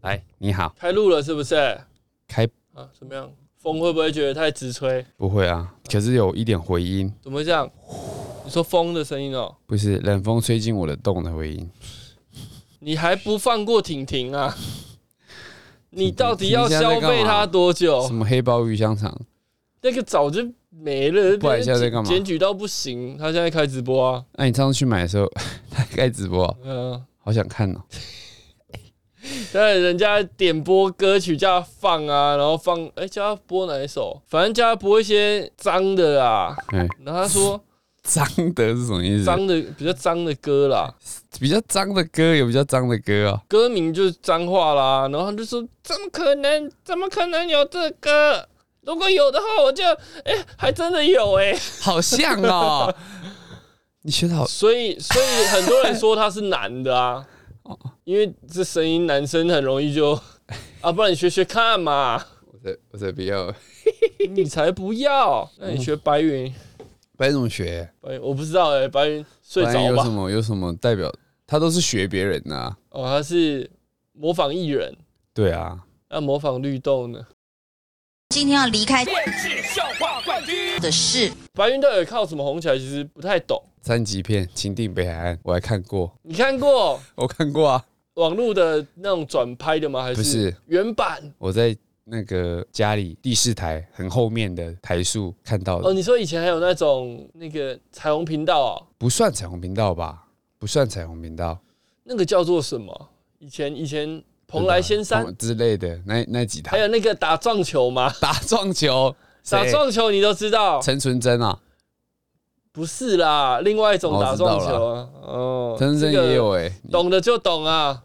来，你好， 开录了是不是？ 开啊，怎么样？风会不会觉得太直吹？ 不会啊，可是有一点回音。 怎么会这样？你说风的声音哦？ 不是冷风吹进我的洞的回音。 你还不放过婷婷啊？你到底要消费他多久？ 什么黑鲍鱼香肠？ 那个早就没了， 不然现在在干嘛？ 检举到不行，他现在开直播啊。 那、你上次去买的时候，他开直播、啊，好想看哦。 但人家点播歌曲叫他放啊，然后放，叫他播哪一首？反正叫他播一些脏的啦。然后他说脏的是什么意思？ 脏的比较脏的歌啦， 比较脏的歌有比较脏的歌啊。 歌名就是脏话啦。然后他就说怎么可能？怎么可能有这歌？如果有的话，我就还真的有好像哦。你学的好， 所以很多人说他是男的啊。因为这声音男生很容易就啊，不然你学学看嘛。 我才不要， 你才不要。那你学白云， 白云怎么学？ 我不知道白云睡着吧？ 有什么代表？他都是学别人的啊。 哦，他是模仿艺人。 对啊， 那模仿绿豆呢？ 今天要离开电视笑话冠军的是白云到底靠什么红起来？其实不太懂。 3级片《情定北海岸》我还看过。 你看过？ 我看过啊。 网络的那种转拍的吗？还是原版？ 我在那个家里第4台很后面的台数看到的。 哦，你说以前还有那种那个彩虹频道啊？ 不算彩虹频道吧？不算彩虹频道。 那个叫做什么？以前蓬莱仙山之类的那几台。 还有那个打撞球吗？ 打撞球你都知道？ 陈纯真啊？ 不是啦，另外一种打撞球啊。 哦，陈纯真也有懂的就懂啊。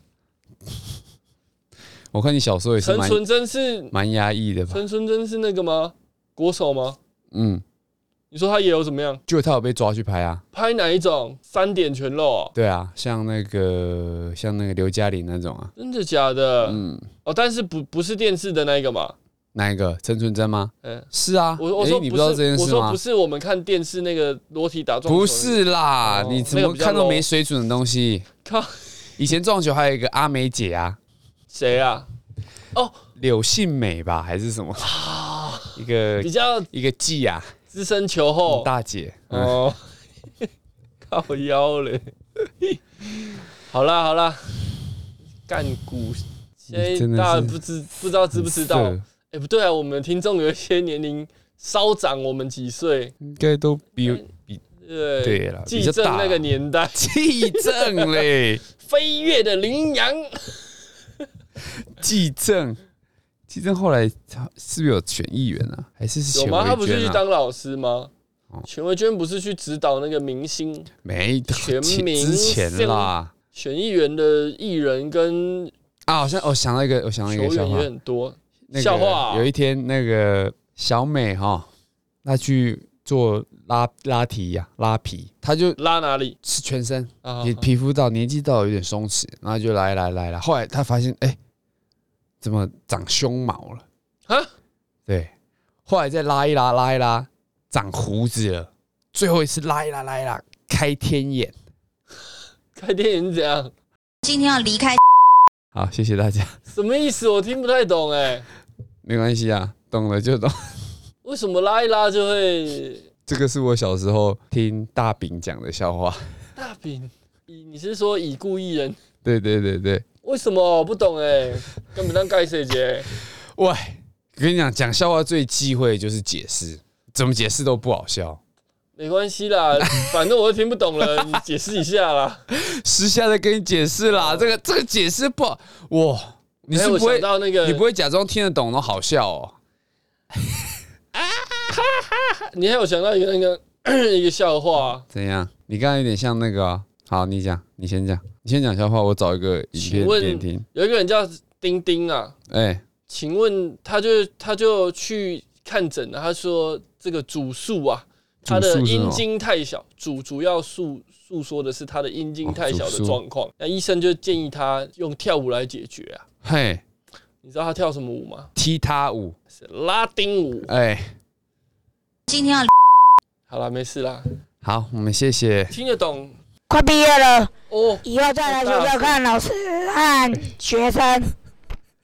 我看你小时候也是陈纯真是蛮压抑的吧？ 陈纯真是那个吗？国手吗？ 嗯。 你说他也有怎么样？ 就他有被抓去拍啊？ 拍哪一种？3点全露啊？ 对啊，像那个刘嘉玲那种啊。 真的假的？哦，但是不是电视的那一个嘛？ 哪一个？陈纯真吗？是啊。 我说你不知道这件事吗？ 我说不是，我们看电视那个裸体打撞球。 不是啦，你怎么看都没水准的东西？ 靠！ 以前撞球还有一个阿美姐啊。 谁啊？哦， 柳信美吧，还是什么？一个比较一个季啊。 资深球后大姐哦，靠腰嘞！好啦，干股，现在大家不知道知不知道？不对啊，我们听众有一些年龄稍长我们几岁， 应该都比对了， 季正那个年代， 季正嘞， 飞跃的羚羊， 季正后来是不是有选议员啊？还是有吗？他不是去当老师吗？钱维娟不是去指导那个明星？ 没， 全明之前啦， 选议员的艺人跟好像我想到一个笑话， 球员也很多。笑话有一天那个小美她去做拉提呀，拉皮，她就拉哪里？ 是全身，皮肤年纪到有点松弛，然后就来，后来她发现怎么长胸毛了？啊？对，后来再拉一拉，长胡子了。最后一次拉一拉，开天眼。 开天眼是怎样？ 今天要离开。 好，谢谢大家。 什么意思？我听不太懂没关系啊，懂了就懂。 为什么拉一拉就会？ 这个是我小时候听大饼讲的笑话。 大饼，你是说已故艺人？ 对。 为什么不懂根本当盖谁节？ 喂，我跟你讲笑话最忌讳就是解释，怎么解释都不好笑。 没关系啦，反正我都听不懂了，你解释一下啦。 私下再跟你解释啦，这个解释不好，哇，你是不会到那个， 你不会假装听得懂都好笑哦。 你还有想到一个笑话？ 怎样？你刚刚有点像那个好，你讲，你先讲笑话，我找一个影片给你听。 有一个人叫丁丁啊，请问他就去看诊了，他说这个主诉啊。他的阴茎太小，主要诉说的是他的阴茎太小的状况。那医生就建议他用跳舞来解决啊。 嘿， 你知道他跳什么舞吗？ 踢踏舞， 是拉丁舞。 今天要好了，没事啦。 好，我们谢谢。 听得懂？ 快毕业了哦， 以后再来学校看老师和学生。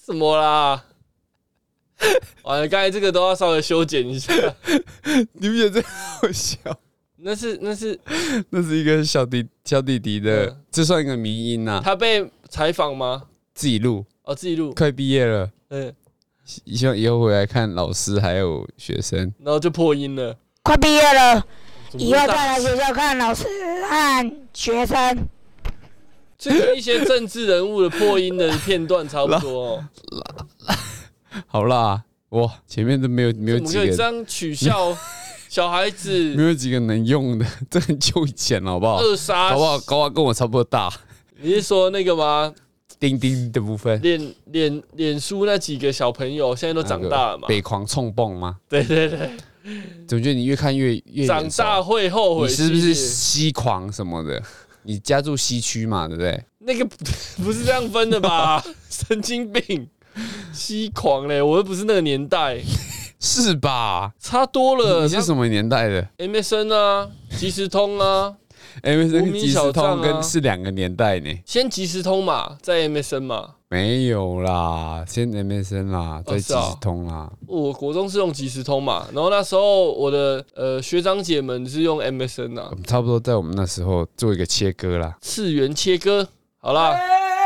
什么啦？完了，刚才这个都要稍微修剪一下。 你不觉得这好笑？ 那是一个小弟弟的，这算一个迷因啊。 他被采访吗？ 自己录哦，自己录。 快毕业了，希望以后回来看老师还有学生， 然后就破音了。 快毕业了，以后再来学校看老师和学生。 这跟一些政治人物的破音的片段差不多哦。 好啦，哇，前面都没有几个， 可以这样取笑小孩子， 没有几个能用的，这很久以前了，好不好？ 扼杀， 搞不好跟我差不多大。 你是说那个吗？ 钉钉的部分， 脸书那几个小朋友现在都长大了嘛？ 北狂冲蹦吗？ 对， 总觉得你越看越长大会后悔。 你是不是西狂什么的？你家住西区嘛，对不对？ 那个不是这样分的吧？神经病，西狂嘞，我又不是那个年代， 是吧？ 差多了。 你是什么年代的 ？MSN 啊，即时通啊。 MSN 跟即时通跟是两个年代呢。 先即时通嘛，再 MSN 嘛。 没有啦，先 MSN 啦，再即时通啦。 我国中是用即时通嘛，然后那时候我的学长姐们是用 MSN 啊。 差不多在我们那时候做一个切割啦， 次元切割，好啦。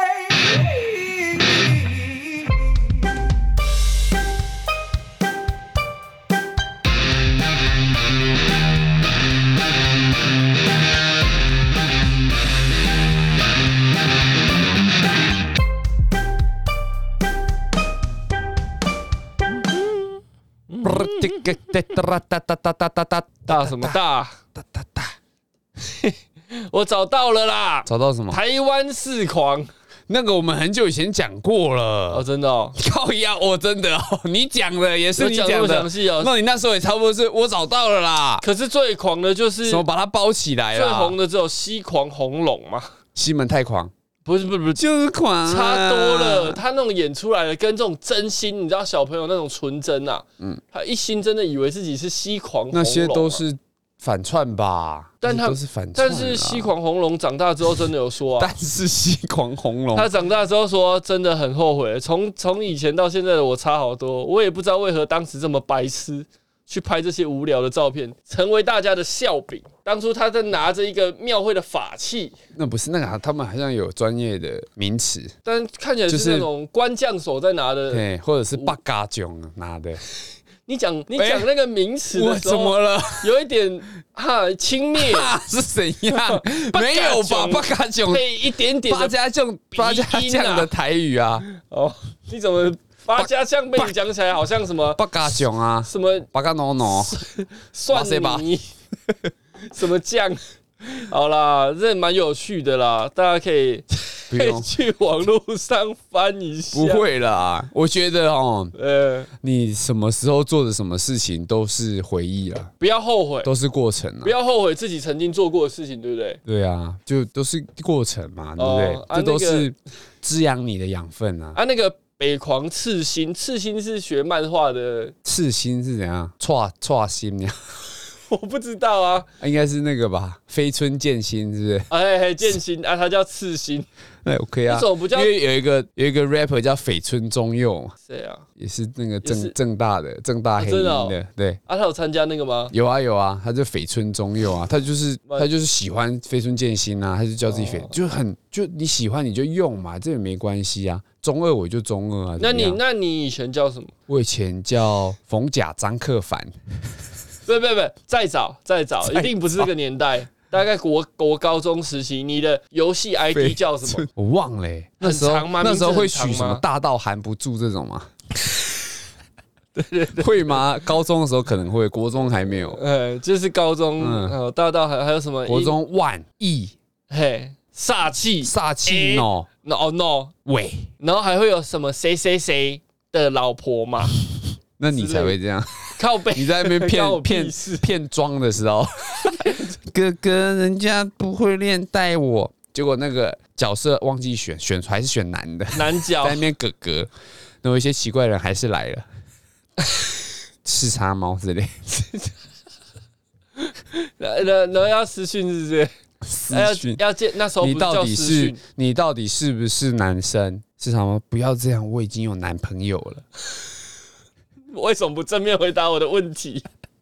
大什么大？我找到了啦！ 找到什么？ 台湾四狂， 那个我们很久以前讲过了。 哦，真的哦， 靠腰，我真的哦，你讲的也是你讲的详细哦。 那你那时候也差不多是我找到了啦。 可是最狂的就是什么把它包起来啦？ 最红的只有西狂红龙嘛， 西门太狂。 不是， 就是狂啊， 差多了。他那种演出来的跟这种真心，你知道小朋友那种纯真啊，他一心真的以为自己是西狂红龙， 那些都是反串吧？ 但他都是反串。 但是西狂红龙长大之后真的有说啊， 但是西狂红龙， 他长大之后说真的很后悔，从以前到现在的我差好多，我也不知道为何当时这么白痴。去拍这些无聊的照片，成为大家的笑柄。当初他在拿着一个庙会的法器， 那不是那个，他们好像有专业的名词， 但看起来是那种官将手在拿的， 对，或者是八嘎囧拿的。 你讲那个名词的时候， 怎么了？ 有一点轻蔑是怎样？没有吧？八嘎囧配一点点八家酱的台语啊？ 哦，你怎么？八家酱被你讲起来好像什么八嘎囧啊， 什么八嘎喏喏， 蒜泥，什么酱？好啦，这蛮有趣的啦，大家可以去网络上翻一下。 不会啦，我觉得哦，你什么时候做的什么事情都是回忆啦， 不要后悔， 都是过程啊， 不要后悔自己曾经做过的事情，对不对？ 对啊，就都是过程嘛，对不对？这都是滋养你的养分啊。 那个。北狂刺心是学漫画的， 刺心是怎样？挫心呀？ 我不知道啊， 应该是那个吧？飞春剑心是不是？ 哎，剑心啊，他叫刺心， 那 OK 啊。 为什么不叫？ 因为有一个 rapper 叫绯村中佑， 谁啊？ 也是那个正大黑鹰的，对。 啊，他有参加那个吗？ 有啊，他就绯村中佑啊，他就是喜欢飞春剑心啊，他就叫自己就你喜欢你就用嘛，这也没关系啊。中二我就中二啊。 那你以前叫什么？ 我以前叫冯甲张克凡。 不，再早，一定不是这个年代。大概国高中时期，你的游戏 ID 叫什么？ 我忘了欸。 很长吗？ 那时候会取什么大到含不住这种吗？对，会吗？高中的时候可能会，国中还没有。 就是高中，大到还有什么？ 国中万亿， 嘿，煞气 no， 喂，然后还会有什么谁的老婆嘛？ 那你才会这样。 靠背， 你在那边骗装的时候，哥哥，人家不会练带我，结果那个角色忘记选还是选男的， 男角在那边哥哥，然后一些奇怪的人还是来了，视察猫之类， 然后要私讯是不是？ 私讯要见那时候不叫私讯， 你到底是不是男生？是什么？不要这样，我已经有男朋友了。 为什么不正面回答我的问题？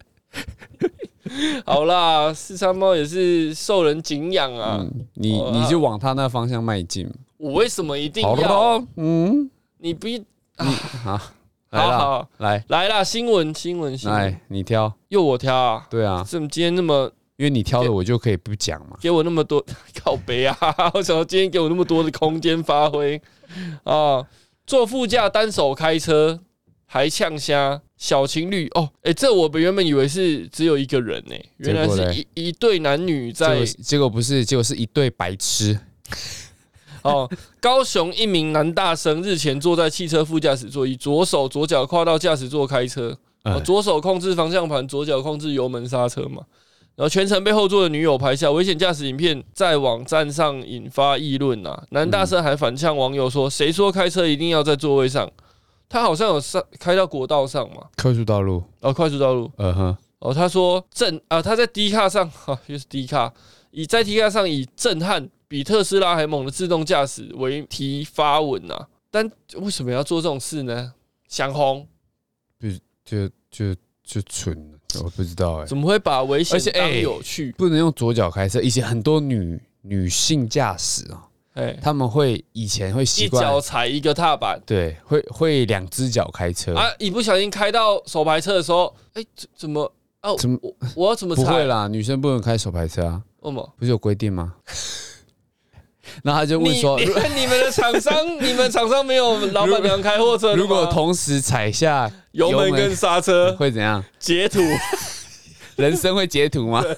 好啦，四叉猫也是受人敬仰啊。 你就往他那方向迈进。 我为什么一定要？你不好， 好， 来啦，新闻， 来，你挑， 又我挑啊？ 对啊， 怎么今天那么？ 因为你挑的，我就可以不讲嘛。 给我那么多靠北啊！为什么今天给我那么多的空间发挥啊？坐副驾单手开车还呛虾，小情侣哦，这我原本以为是只有一个人呢，原来是一对男女在， 结果不是，结果是一对白痴。 哦，高雄一名男大生日前坐在汽车副驾驶座椅，左脚跨到驾驶座开车，左手控制方向盘，左脚控制油门刹车嘛。然后全程被后座的女友拍下，危险驾驶影片在网站上引发议论啊。男大生还反呛网友说：“谁说开车一定要在座位上？”他好像有开到国道上嘛， 快速道路快速道路。他说他在 D 卡上，又是 D 卡，在 D 卡上以震撼比特斯拉还猛的自动驾驶为题发文啊。但为什么要做这种事呢？想红， 就蠢了，我不知道怎么会把危险当有趣？ 不能用左脚开车。以前很多女性驾驶他们以前会习惯一脚踩一个踏板， 对，会2只脚开车啊！一不小心开到手排车的时候，怎么我要怎么踩？ 不会啦，女生不能开手排车啊， 为什么？ 不是有规定吗？那他就问说：“ 你们厂商没有老板娘开货车的吗？ 如果同时踩下油门跟刹车， 会怎样？ 截图？ 人生会截图吗？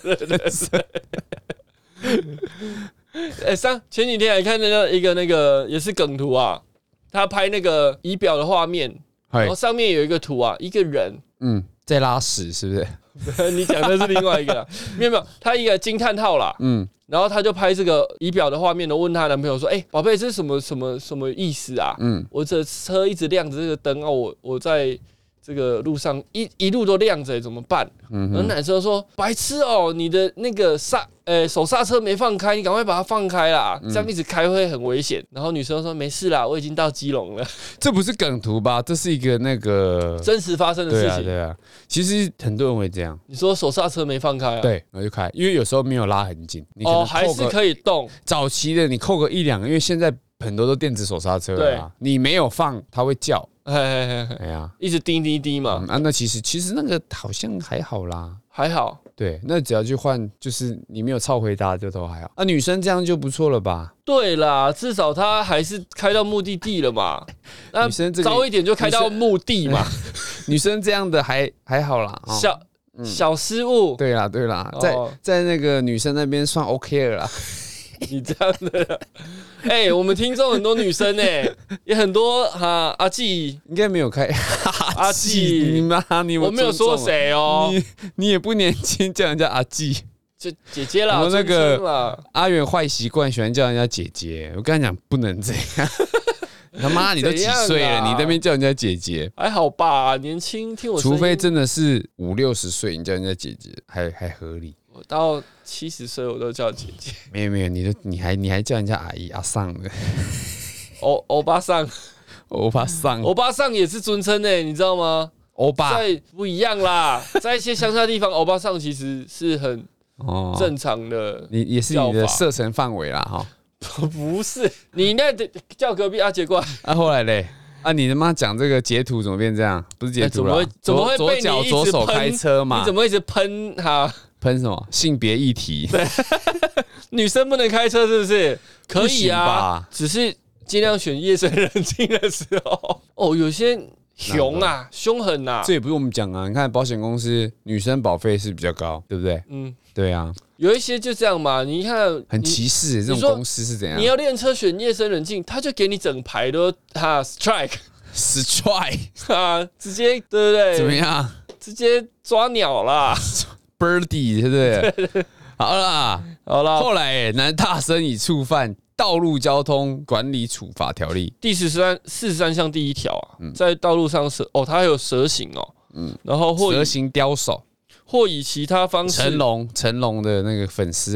前几天还看到一个那个也是梗图啊，他拍那个仪表的画面，然后上面有一个图啊，一个人在拉屎，是不是？ 你讲的是另外一个，没有，他一个惊叹号啦，然后他就拍这个仪表的画面，问他男朋友说：“宝贝，这是什么意思啊？我这车一直亮着这个灯啊，我在这个路上一路都亮着，怎么办？”然后男生说：“白痴哦，你的那个手刹车没放开，你赶快把它放开啦，这样一直开会很危险。”然后女生说：“没事啦，我已经到基隆了。” 这不是梗图吧？这是一个那个真实发生的事情。 对啊，其实很多人会这样。 你说手刹车没放开啊？ 对，然后就开，因为有时候没有拉很紧。 还是可以动。 早期的你扣个1-2个，因为现在很多都电子手刹车了，你没有放，它会叫。哎呀， 一直滴滴滴嘛。 那其实那个好像还好啦， 还好。 对，那只要去换，就是你没有超回答就都还好。女生这样就不错了吧？ 对啦，至少她还是开到目的地了嘛。 女生早一点就开到目的嘛。 女生这样的还好啦， 小失误。 对啦，在那个女生那边算 OK 了啦。 你这样的，我们听众很多女生也很多阿纪应该没有开阿纪，我没有说谁哦， 你也不年轻，叫人家阿纪， 就姐姐啦。 我那个阿元坏习惯，喜欢叫人家姐姐。我跟他讲不能这样，他妈你都几岁了，你那边叫人家姐姐， 还好吧？年轻，听我。 除非真的是50-60岁，你叫人家姐姐还合理。 我到70岁我都叫姐姐。 没有，你还叫人家阿姨阿桑的。 欧巴桑， 欧巴桑也是尊称你知道吗？ 欧巴不一样啦，在一些乡下地方，欧巴桑其实是很正常的， 你也是你的射程范围啦哈。 不是，你那叫隔壁阿杰过来。 后来嘞？你他妈讲这个截图怎么变这样？不是截图啦， 怎么会左脚左手开车嘛？ 你怎么一直喷他？ 喷什么？性别议题？ 对，女生不能开车是不是？可以啊，只是尽量选夜深人静的时候。有些凶狠啊！ 这也不是我们讲啊，你看保险公司女生保费是比较高，对不对？对啊， 有一些就这样嘛。你看，很歧视这种公司是怎样？ 你要练车选夜深人静，他就给你整排都strike 直接对不对？ 怎么样？ 直接抓鸟啦 ，birdie 对不对？好啦，后来男大生已触犯《道路交通管理处罚条例》 第43项第1条啊，在道路上他还有蛇行然后蛇行刁手。 或以其他方式， 成龙的那个粉丝啦，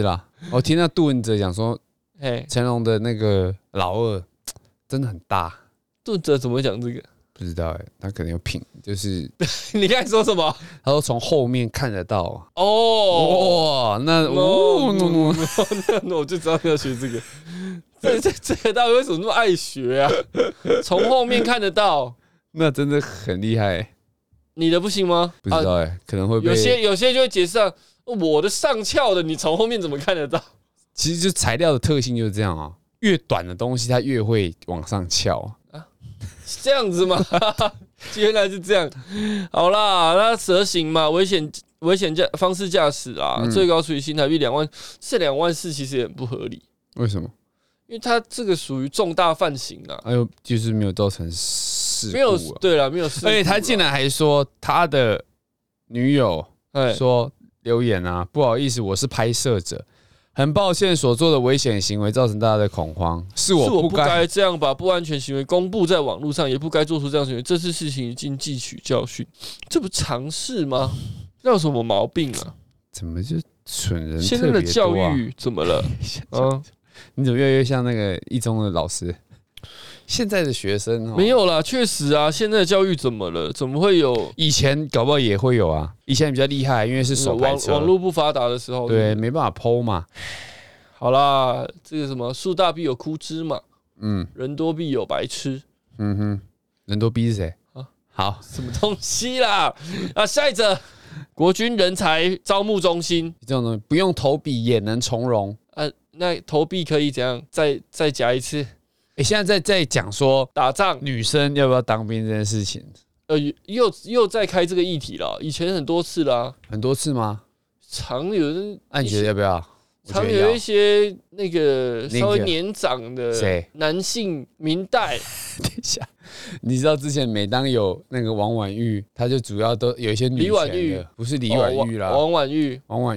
我听到杜汶泽讲说，成龙的那个老二真的很大。 杜汶泽怎么会讲这个？ 不知道他可能有品，就是你刚才说什么？ 他说从后面看得到。 哦， 哇，那我就知道要学这个。这个到底为什么那么爱学啊？从后面看得到， 那真的很厉害。 你的不行吗？ 不知道可能会被有些就会解释啊，我的上翘的，你从后面怎么看得到？ 其实就材料的特性就是这样啊，越短的东西它越会往上翘啊， 是这样子吗？原来是这样。好啦，那蛇行嘛，危险方式驾驶啊，最高处以新台币2万，这2万4其实也很不合理。 为什么？ 因为他这个属于重大犯行啊， 哎呦，就是没有造成事故、啊， 没有对了，没有事故， 而且他竟然还说他的女友说留言啊，不好意思，我是拍摄者，很抱歉所做的危险行为造成大家的恐慌，是我不该这样把不安全行为公布在网络上，也不该做出这样行为，这次事情已经汲取教训，这不常事吗？那有什么毛病啊？ 怎么就蠢人特别多啊？ 现在的教育怎么了？ 你怎么越来越像那个一中的老师？现在的学生没有啦，确实啊，现在的教育怎么了？怎么会有？ 以前搞不好也会有啊，以前比较厉害，因为是手排车， 网络不发达的时候， 对，没办法 PO 嘛。 好啦，这个什么树大必有枯枝嘛，人多必有白痴， 人多逼是谁？好， 什么东西啦？啊，下一则，国军人才招募中心， 这种东西不用投笔也能从容。 那投币可以怎样？再夹一次？ 现在在讲说打仗女生要不要当兵这件事情， 又在开这个议题了。以前很多次啦， 很多次吗？ 常有人， 你觉得要不要？ 常有一些那个稍微年长的男性明代。 等一下，你知道之前每当有那个王婉玉，他就主要都有一些女权的，不是李婉玉啦， 王婉玉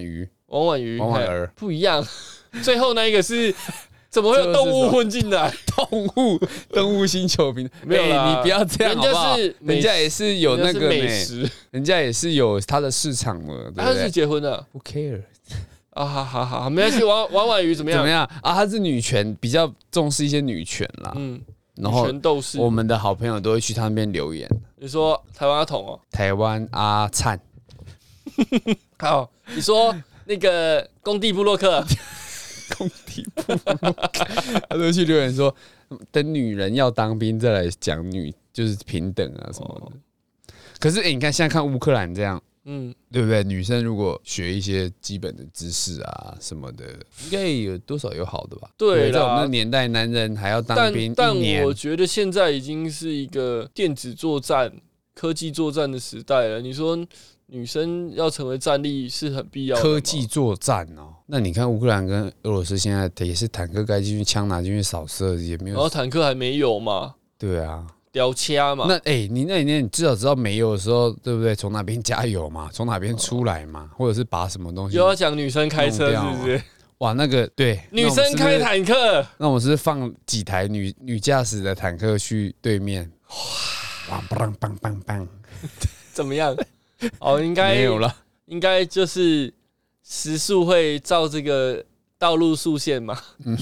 不一样。最后那一个是怎么会有动物混进来？ 动物星球频道没有啦， 你不要这样好不好？人家也是有那个美食， 人家也是有他的市场了。 他是结婚了， 不 care 啊，好，没关系。王婉瑜怎么样啊？他是女权，比较重视一些女权啦。然后我们的好朋友都会去他那边留言。 你说台湾阿童哦， 台湾阿灿。 好，你说那个工地部落客。 工地部落客，他都去留言说，等女人要当兵再来讲就是平等啊什么的。可是你看现在看乌克兰这样，对不对？女生如果学一些基本的知识啊什么的，应该有多少有好的吧？ 对啦， 在我们那年代，男人还要当兵但我觉得现在已经是一个电子作战、科技作战的时代了。你说女生要成为战力是很必要的。 科技作战哦，那你看乌克兰跟俄罗斯现在也是坦克盖进去，枪拿进去扫射也没有， 然后坦克还没有嘛？ 对啊。 掉掐嘛？ 那你至少知道没有的时候，对不对？从哪边加油嘛，从哪边出来嘛，或者是把什么东西。 又要讲女生开车是不是？ 哇，那个对， 女生开坦克， 那我们是放几台女驾驶的坦克去对面，哇，棒， 怎么样？哦，应该没有了， 应该就是时速会照这个道路速线嘛。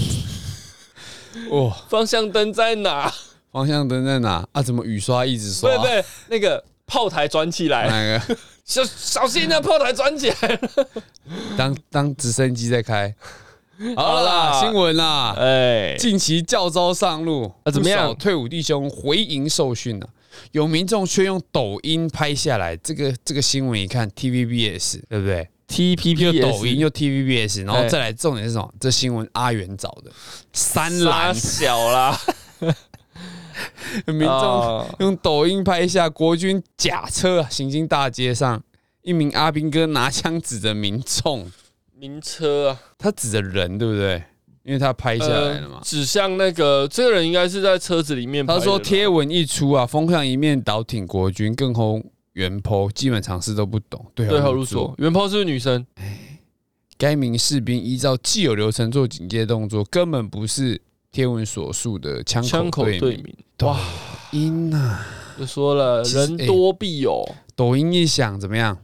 方向灯在哪？ 方向灯在哪啊？怎么雨刷一直刷？ 对，那个炮台转起来。 哪个？ 小心那炮台转起来了。 当直升机在开。好啦，新闻啦，近期教招上路， 怎么样？ 退伍弟兄回营受训了，有民众却用抖音拍下来。这个新闻一看 ，TVBS 对不对？TPP 又抖音又 TVBS， 然后再来重点是什么？这新闻阿元找的，三蓝小啦。 民众用抖音拍下国军假车行经大街上，一名阿兵哥拿枪指着民众。 民车啊， 他指着人对不对？因为他拍下来了嘛。 指向那个这个人应该是在车子里面拍的。 他说贴文一出啊，风向一面倒挺国军，更轰原 po， 基本常识都不懂，对号入座。 原 po 是不是女生？ 该名士兵依照既有流程做警戒动作，根本不是贴文所述的枪口对鸣。哇，音啊， 就说了人多必有。 抖音一响怎么样？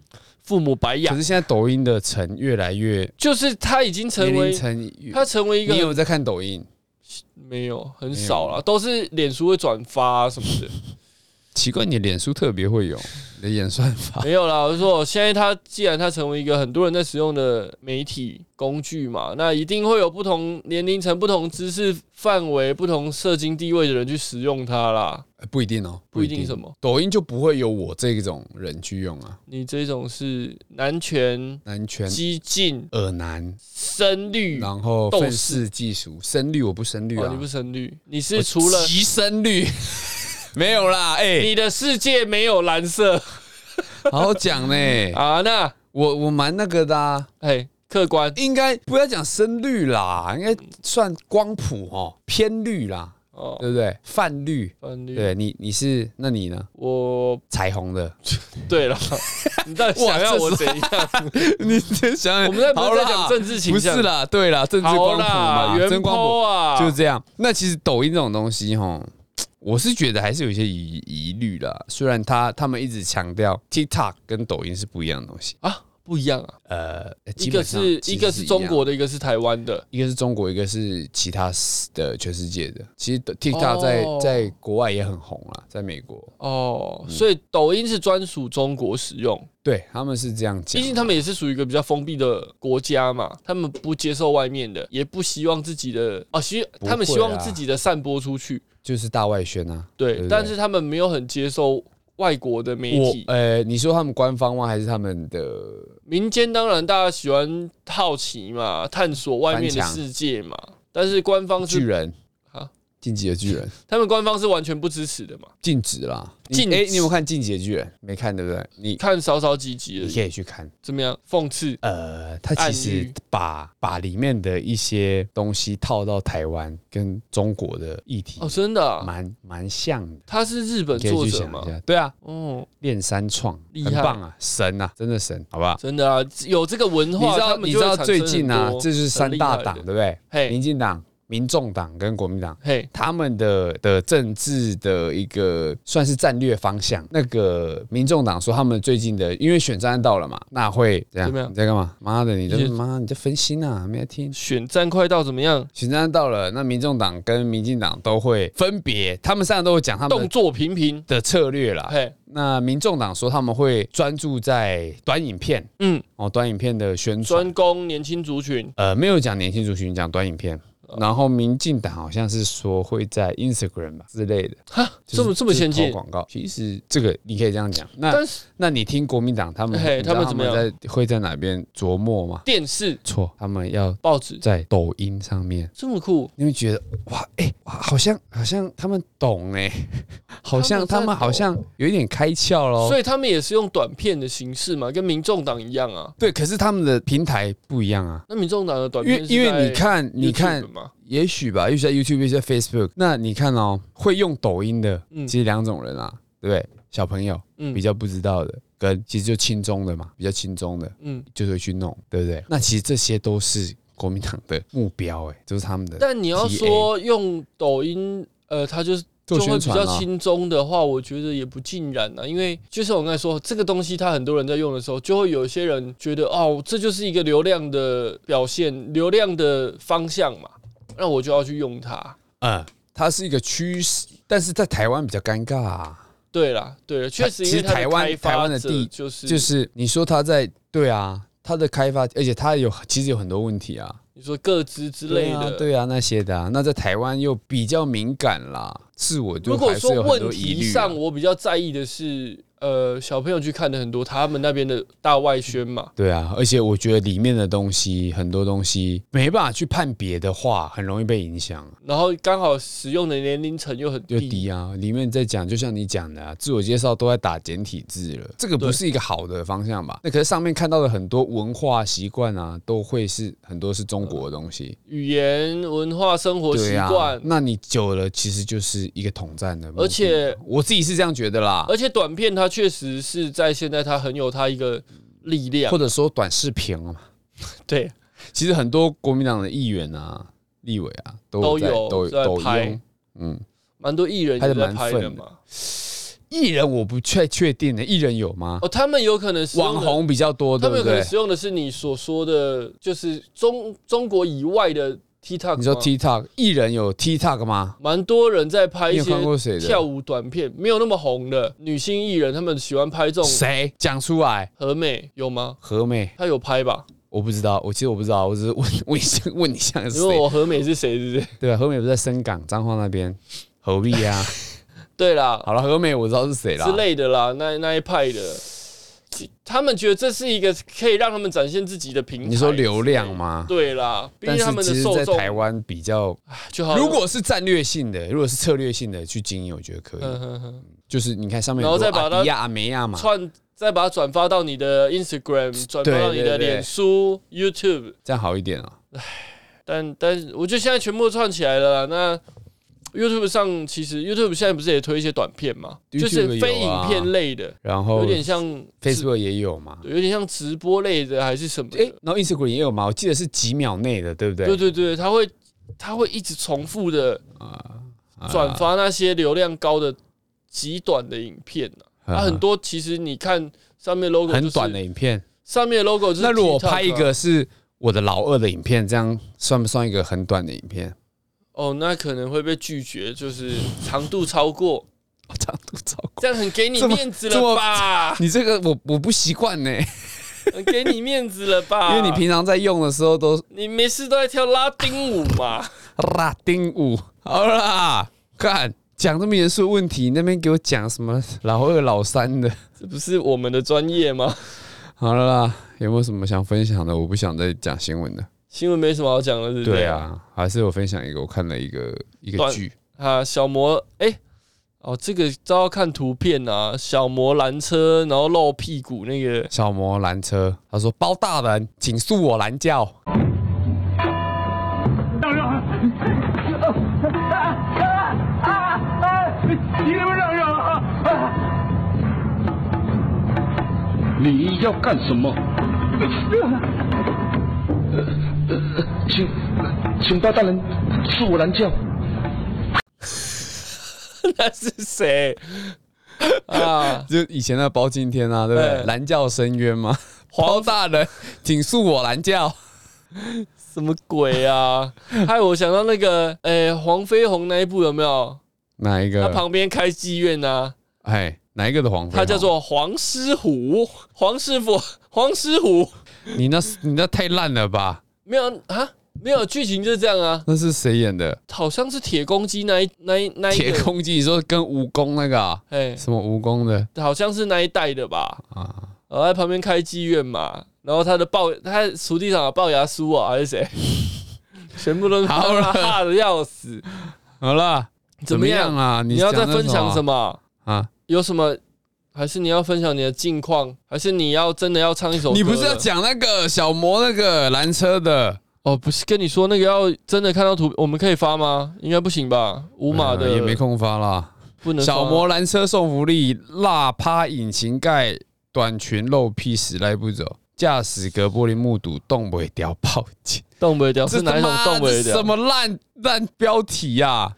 父母白养。 可是现在抖音的层越来越， 就是它已经成为一个。 你有在看抖音？ 没有，很少啦，都是脸书会转发什么的。 奇怪，你的脸书特别会有你的演算法。 没有啦，我是说，现在既然它成为一个很多人在使用的媒体工具嘛，那一定会有不同年龄层、不同知识范围、不同社经地位的人去使用它啦。 不一定哦， 不一定什么？ 抖音就不会有我这种人去用啊。 你这种是男权、激进、 耳男、 深绿， 然后愤世嫉俗。深绿我不深绿啊， 你不深绿，你是除了极深绿。没有啦， 你的世界没有蓝色， 好好讲呢。 啊，那我蛮那个的啊， 客观应该不要讲深绿啦，应该算光谱哦，偏绿啦，对不对？泛绿，对你是，那你呢？ 我彩虹的， 对了，你到底想要我怎样？ 你先想， 我们不是在讲政治倾向， 不是啦，对啦，政治光谱嘛， 真光谱啊， 就是这样。那其实抖音这种东西齁。我是觉得还是有一些疑虑啦，虽然他们一直强调 TikTok 跟抖音是不一样的东西啊，不一样啊，一个是中国的，一个是台湾的， 一个是中国，一个是其他的全世界的。其实 TikTok 在国外也很红啦，在美国所以抖音是专属中国使用。 对，他们是这样讲， 毕竟他们也是属于一个比较封闭的国家嘛，他们不接受外面的，也不希望自己的他们希望自己的散播出去， 就是大外宣啊。 对，但是他们没有很接受外国的媒体。 你说他们官方吗？还是他们的民间？当然，大家喜欢好奇嘛，探索外面的世界嘛。但是官方是巨人进击的巨人， 他们官方是完全不支持的嘛， 禁止啦。你有没有看进击的巨人？没看对不对？你看少几集了， 你可以去看。 怎么样？讽刺？ 他其实把里面的一些东西套到台湾跟中国的议题真的啊， 蛮像的。 他是日本作者吗？ 对啊，练三创很棒啊，神啊，真的神，好不好？ 真的啊，有这个文化， 你知道最近啊，这就是三大党，对不对？民进党、民众党跟国民党，他们的政治的一个算是战略方向。那个民众党说他们最近的，因为选战到了嘛，那会这样。你在干嘛？妈的，你在分心啊，没在听。 选战快到怎么样？ 选战到了，那民众党跟民进党都会分别，他们3个都会讲他们动作频频的策略啦。那民众党说他们会专注在短影片，短影片的宣传， 专攻年轻族群。 没有讲年轻族群，讲短影片。然后民进党好像是说会在 Instagram 吧之类的， 这么先进广告。其实这个你可以这样讲。那你听国民党他们怎么样？ 会在哪边琢磨吗？ 电视错，他们要报纸， 在抖音上面。 这么酷， 你会觉得哇，好像他们懂好像他们好像有一点开窍咯。 所以他们也是用短片的形式嘛，跟民众党一样啊。 对，可是他们的平台不一样啊。 那民众党的短片因为你看。也许吧，也许在 YouTube， 也许在 Facebook。那你看会用抖音的，其实2种人啊，对不对？小朋友比较不知道的，跟其实就轻中的嘛，比较轻中的，就是会去弄，对不对？那其实这些都是国民党的目标，就是他们的。 但你要说用抖音，它就会比较轻中的话，我觉得也不尽然啊。因为就是我刚才说，这个东西它很多人在用的时候，就会有一些人觉得这就是一个流量的表现，流量的方向嘛。那我就要去用它， 它是一个趋势，但是在台湾比较尴尬啊。 对了，确实，因为台湾的地就是你说它在它的开发，而且它其实有很多问题啊。 你说个资之类的， 对啊，那些的啊，那在台湾又比较敏感啦，如果说问题上，我比较在意的是。小朋友去看的很多，他们那边的大外宣嘛。 对啊，而且我觉得里面的东西很多东西没办法去判别的话，很容易被影响。 然后刚好使用的年龄层又很低啊，里面在讲，就像你讲的自我介绍都在打简体字了，这个不是一个好的方向吧？那可是上面看到的很多文化习惯啊，都会是很多是中国的东西， 语言、文化、生活习惯。 那你久了其实就是一个统战的。 而且我自己是这样觉得啦。 而且短片它确实是在现在它很有它一个力量， 或者说短视频嘛。 对， 其实很多国民党的议员啊、立委啊都有在拍，蛮多艺人也在拍的嘛。 艺人我不确定的，艺人有吗？ 他们有可能使用网红比较多，对不对？ 他们有可能使用的是你所说的，就是中国以外的 TikTok。 你说 TikTok 艺人有 TikTok 吗？ 蛮多人在拍一些跳舞短片，没有那么红的女性艺人，他们喜欢拍这种。 谁讲出来？ 何美有吗？ 何美， 她有拍吧？ 我不知道，其实我不知道，我只是问你像是谁？ 因为我何美是谁，是不是？ 对啊，何美不是在深港彰化那边，何必啊？ 对啦， 好了，何美我知道是谁啦之类的啦，那一派的，他们觉得这是一个可以让他们展现自己的平台。 你说流量吗？ 对啦，毕竟他们的受众但是其实在台湾比较就好。 如果是战略性的，如果是策略性的去经营，我觉得可以。就是你看上面有阿迪亚、阿梅亚嘛， 再把它转发到你的 Instagram， 转发到你的脸书、YouTube， 这样好一点啊。 但我觉得现在全部都串起来了啦。那 YouTube 上其实 YouTube 现在不是也推一些短片嘛，就是非影片类的， 然后有点像 Facebook 也有嘛， 有点像直播类的还是什么？ 然后 Instagram 也有嘛，我记得是几秒内的，对不对？ 对，它会一直重复的转发那些流量高的极短的影片很多其实你看上面 logo 很短的影片， 上面的 logo 就是那如果拍一个是我的老二的影片，这样算不算一个很短的影片？ 那可能会被拒绝，就是长度超过，这样很给你面子了吧？ 你这个我不习惯呢， 很给你面子了吧？ 因为你平常在用的时候你没事都在跳拉丁舞嘛？ 拉丁舞，好啦，看讲这么严肃的问题，那边给我讲什么老二老三的， 这不是我们的专业吗？ 好了啦，有没有什么想分享的？我不想再讲新闻了。 新闻没什么好讲的，是不是？ 对啊，还是我分享一个，我看了一个剧啊，小魔这个都要看图片啊，小魔拦车，然后露屁股那个小魔拦车，他说包大人，请恕我拦轿。 让让，你能不能让让啊？ 你要干什么？请包大人恕我拦轿。 那是谁啊？ 就以前的包青天啊，对不对？拦轿申冤嘛。包大人，请恕我拦轿。 什么鬼啊？害我想到那个黄飞鸿那一部有没有？ 哪一个？ 他旁边开妓院啊。 哪一个的黄飞鸿？ 他叫做黄狮虎，黄师傅，黄狮虎。 你那太烂了吧？ 没有啊，没有剧情就是这样啊。 那是谁演的？ 好像是铁公鸡那一铁公鸡，你说跟蜈蚣那个啊？什么蜈蚣的？ 好像是那一代的吧？然后在旁边开妓院嘛，然后他厨地上的龅牙叔啊，还是谁？全部都怕的要死。 好了，怎么样啊？ 你要再分享什么啊？有什么？还是你要分享你的近况？还是你要真的要唱一首歌？ 你不是要讲那个小魔那个拦车的？ 不是跟你说那个要真的看到图，我们可以发吗？应该不行吧？无码的也没空发啦。 不能。 小魔拦车送福利，辣趴引擎盖，短裙露屁时来不走，驾驶隔玻璃目睹动不掉报警。 动不掉是哪一种动不掉？ 什么烂标题呀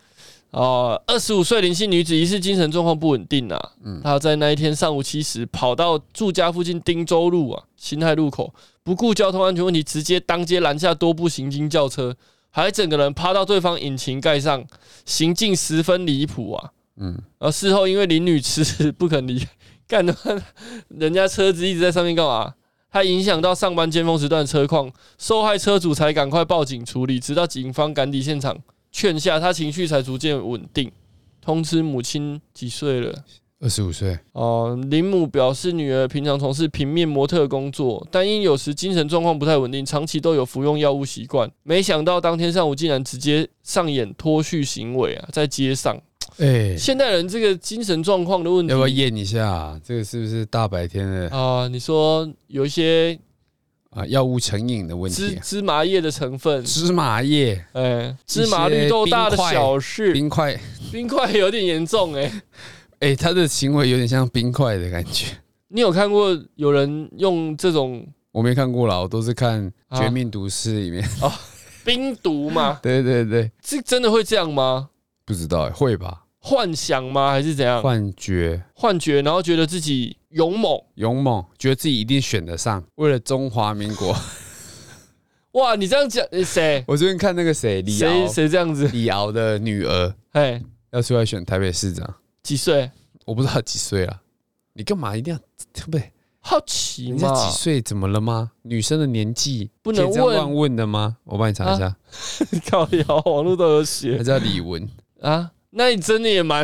？25岁林姓女子疑似精神状况不稳定啊。她在那一天上午7时跑到住家附近汀州路辛亥路口，不顾交通安全问题，直接当街拦下多部行经轿车，还整个人趴到对方引擎盖上，行径十分离谱啊。然后事后因为林女迟不肯离开，干的人家车子一直在上面干嘛？还影响到上班尖峰时段的车况，受害车主才赶快报警处理，直到警方赶抵现场劝下，他情绪才逐渐稳定。通知母亲几岁了 ？25岁。 林母表示，女儿平常从事平面模特工作，但因有时精神状况不太稳定，长期都有服用药物习惯。没想到当天上午竟然直接上演脱序行为在街上。现代人这个精神状况的问题， 要不要验一下？这个是不是大白天的你说有一些药物成瘾的问题， 芝麻叶的成分， 芝麻叶， 芝麻绿豆大的小事， 冰块有点严重他的行为有点像冰块的感觉。 你有看过有人用这种？ 我没看过啦，我都是看《绝命毒师》里面冰毒嘛。 对， 这真的会这样吗？ 不知道会吧？ 幻想吗？还是怎样？ 幻觉， 然后觉得自己勇猛， 觉得自己一定选得上，为了中华民国。 哇，你这样讲，谁？ 我最近看那个谁，李敖， 谁这样子？ 李敖的女儿，要出来选台北市长， 几岁？ 我不知道几岁了。你干嘛一定要对不对？ 好奇嘛？ 人家几岁怎么了吗？女生的年纪不能问的吗？我帮你查一下。 靠腰，网络都有写。 他叫李玟啊？那你真的也蛮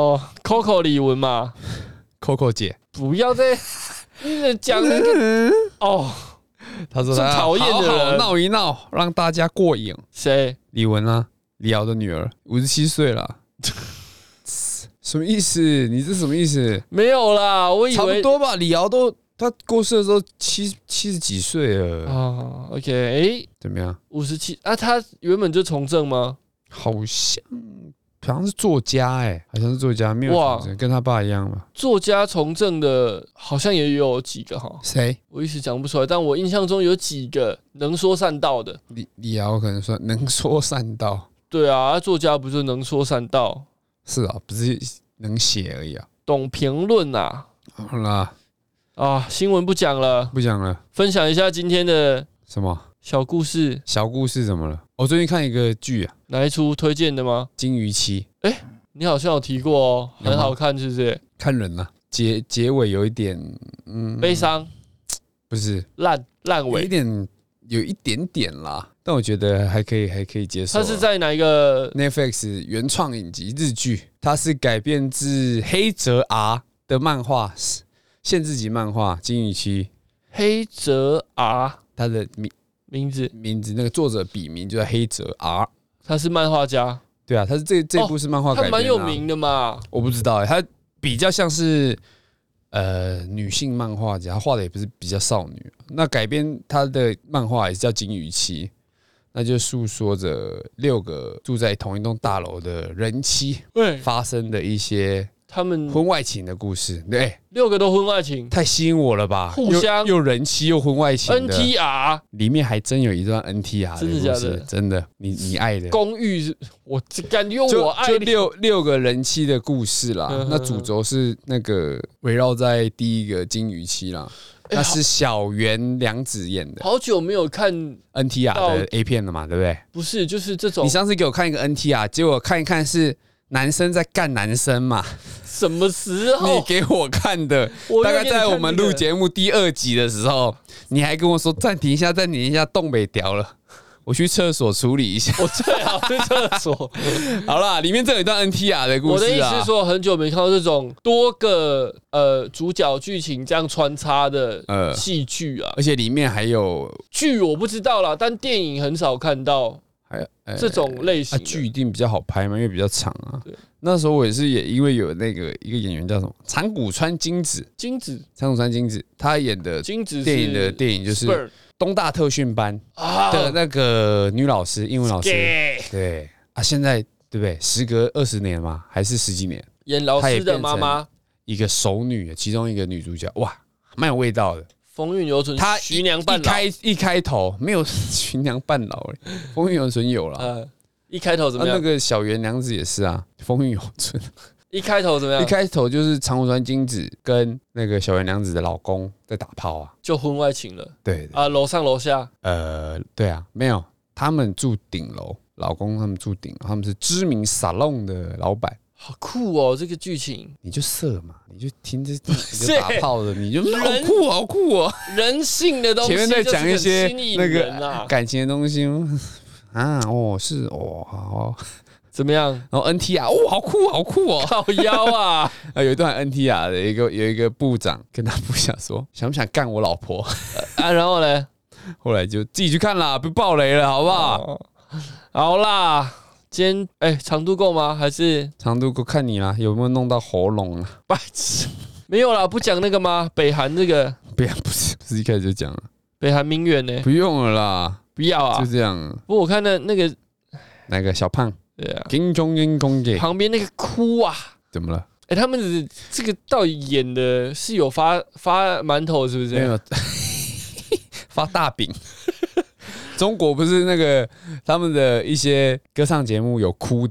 Coco 李玟嘛 ，Coco 姐， 不要再讲那个哦。 他说他讨厌的人， 好好闹一闹，让大家过瘾。 谁？ 李玟啊，李敖的女儿，57岁了。什么意思？你这什么意思？ 没有啦，我以为差不多吧。李敖他过世的时候70几岁了啊。OK， 怎么样 ？57啊，他原本就从政吗？ 好像是作家好像是作家，没有从政，跟他爸一样吧。 作家从政的，好像也有几个哈。 谁？ 我一时讲不出来，但我印象中有几个能说善道的。 李敖可能说能说善道。 对啊，作家不是能说善道。 是啊，不是能写而已啊， 懂评论啊。 好啦， 新闻不讲了，分享一下今天的什么小故事？ 小故事怎么了？我最近看一个剧啊， 哪一出推荐的吗？ 金鱼期。 你好像有提过哦，很好看，是不是？ 看人啊，结尾有一点悲伤， 不是烂尾， 有一点点啦。但我觉得还可以接受。 它是在哪一个 Netflix 原创影集日剧？它是改编自黑泽 R 的漫画，限制级漫画《金鱼期》。 黑泽 R， 他的名字那个作者笔名就叫黑泽 R。他是漫画家。 对啊，他是这部是漫画改编的。 他蛮有名的嘛。 我不知道他比较像是女性漫画家，他画的也不是比较少女。那改编他的漫画也是叫《金鱼期》。那就诉说着6个住在同一栋大楼的人妻发生的一些他们婚外情的故事。对 ，6个都婚外情， 太吸引我了吧！ 互相又人妻又婚外情的 NTR， 里面还真有一段 NTR 的故事，真的假的？真的，你爱的公寓，我感觉我爱就6个人妻的故事啦。那主轴是那个围绕在第一个金鱼期啦。那是小原凉子演的。 好久没有看 NTR 的 A 片了嘛，对不对？ 不是，就是这种。 你上次给我看一个 NTR， 结果看一看是男生在干男生嘛？ 什么时候？ 你给我看的，大概在我们录节目第2集的时候，你还跟我说暂停一下，冻北掉了。我去厕所处理一下。 我最好去厕所。 好啦，里面这有一段 NTR 的故事啊。 我的意思是说，很久没看到这种多个主角剧情这样穿插的戏剧啊， 而且里面还有剧我不知道啦，但电影很少看到这种类型的。 剧一定比较好拍嘛，因为比较长啊。那时候我也因为有那个一个演员叫什么长谷川金子，长谷川金子，他演的电影就是东大特训班的那个女老师，英文老师。对啊，现在对不对？时隔20年嘛，还是10几年， 演老师的妈妈， 一个熟女，其中一个女主角，哇，蛮有味道的。 风韵犹存， 她徐娘半老。 一开头没有徐娘半老，风韵犹存有了。 一开头怎么样？ 那个小原凉子也是啊，风韵犹存。 一开头怎么样？ 一开头就是长谷川金子跟那个小原凉子的老公在打炮啊， 就婚外情了。 对啊，楼上楼下。 对啊，没有，他们住顶楼，老公他们住顶楼，他们是知名沙龙的老板。 好酷哦，这个剧情。 你就色嘛，你就听着你就打炮的，你就好酷哦， 人性的东西。 前面在讲一些那个感情的东西啊，是好。 怎么样？ 然后 NTR 好酷哦， 靠腰啊！ 有一段 NTR 的有一个部长跟他部下说，想不想干我老婆然后呢？ 后来就自己去看啦，不爆雷了，好不好？ 好啦，今天长度够吗？还是长度够看你啦，有没有弄到喉咙啊？ 白痴，没有啦，不讲那个吗？北韩那个？ 不是一开始就讲了。 北韩名媛呢？ 不用了啦， 不要啊， 就这样。 不过我看那个哪个小胖？ 对啊， 金钟英公姐旁边那个哭啊， 怎么了？ 他们这个到底演的是有发馒头是不是？ 没有，发大饼。中国不是那个他们的一些歌唱节目有哭的，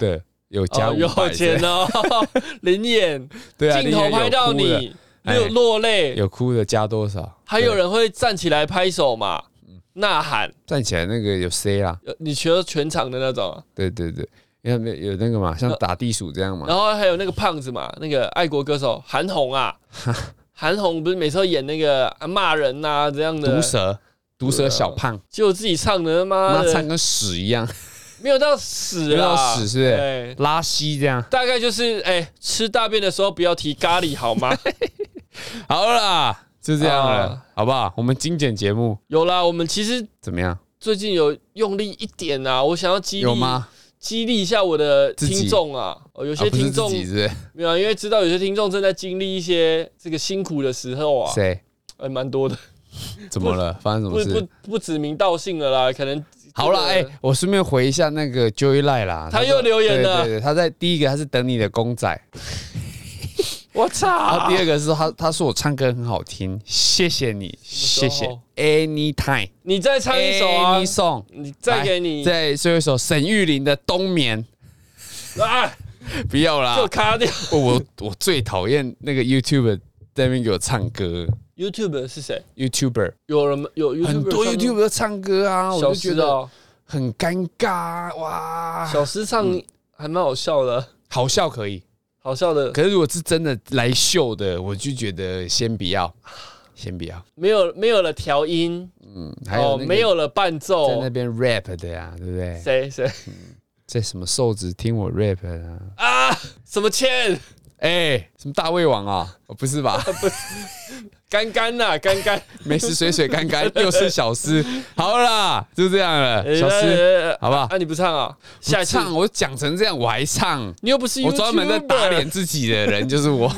有加500， 有钱哦，灵眼， 对啊， 镜头拍到你落泪， 有哭的加多少？ 还有人会站起来拍手嘛，呐喊， 站起来那个有 C 啦， 你觉得全场的那种？ 对对对，因为有那个嘛，像打地鼠这样嘛。 然后还有那个胖子嘛，那个爱国歌手韩红啊，韩红不是每次都演那个骂人呐这样的毒舌小胖， 结果自己唱的妈唱跟屎一样。 没有到屎啦， 没有到屎是不是？拉稀这样， 大概就是吃大便的时候不要提咖喱好吗？ 好啦，就这样了，好不好？我们精简节目有啦，我们其实怎么样？ 最近有用力一点啊，我想要有吗？ 激励一下我的听众啊，有些听众没有，因为知道有些听众正在经历一些这个辛苦的时候啊。 谁？ 蛮多的。 怎么了？发生什么事？ 不指名道姓了啦，可能。 好了，我顺便回一下那个 Joey Lai 啦， 他又留言了。 对，他在第一个他是等你的公仔， 我操！ 然后第二个是他说我唱歌很好听，谢谢你，谢谢 ，Anytime， 你再唱一首啊 ，Any song， 你再给你再说一首沈玉琳的《冬眠》啊，不要啦， 就卡掉。 我最讨厌那个 YouTuber 在那边给我唱歌。 YouTuber 是谁 ？YouTuber 有人有 YouTuber 很多 YouTuber 唱歌啊，我就觉得很尴尬哇。 小诗唱还蛮好笑的， 好笑可以， 好笑的。 可是如果是真的来秀的，我就觉得先不要，没有了调音， 还有没有了伴奏， 在那边 rap 的呀，对不对？ 谁？ 在什么瘦子听我 rap 啊？什么谦？ 什么大胃王啊？不是吧？ 不是。干干， 没事，水干，又是小诗。好啦，就这样了，小诗，好不好？ 你不唱啊？下次唱，我讲成这样，我还唱？ 你又不是 YouTuber， 我专门在打脸自己的人就是我。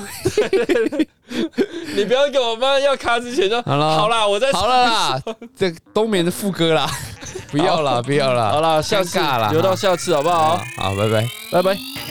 你不要给我妈要卡之前就好啦，我在好了啦，这冬眠的副歌啦，不要啦。 好啦，下次留到下次好不好？ 好，拜拜。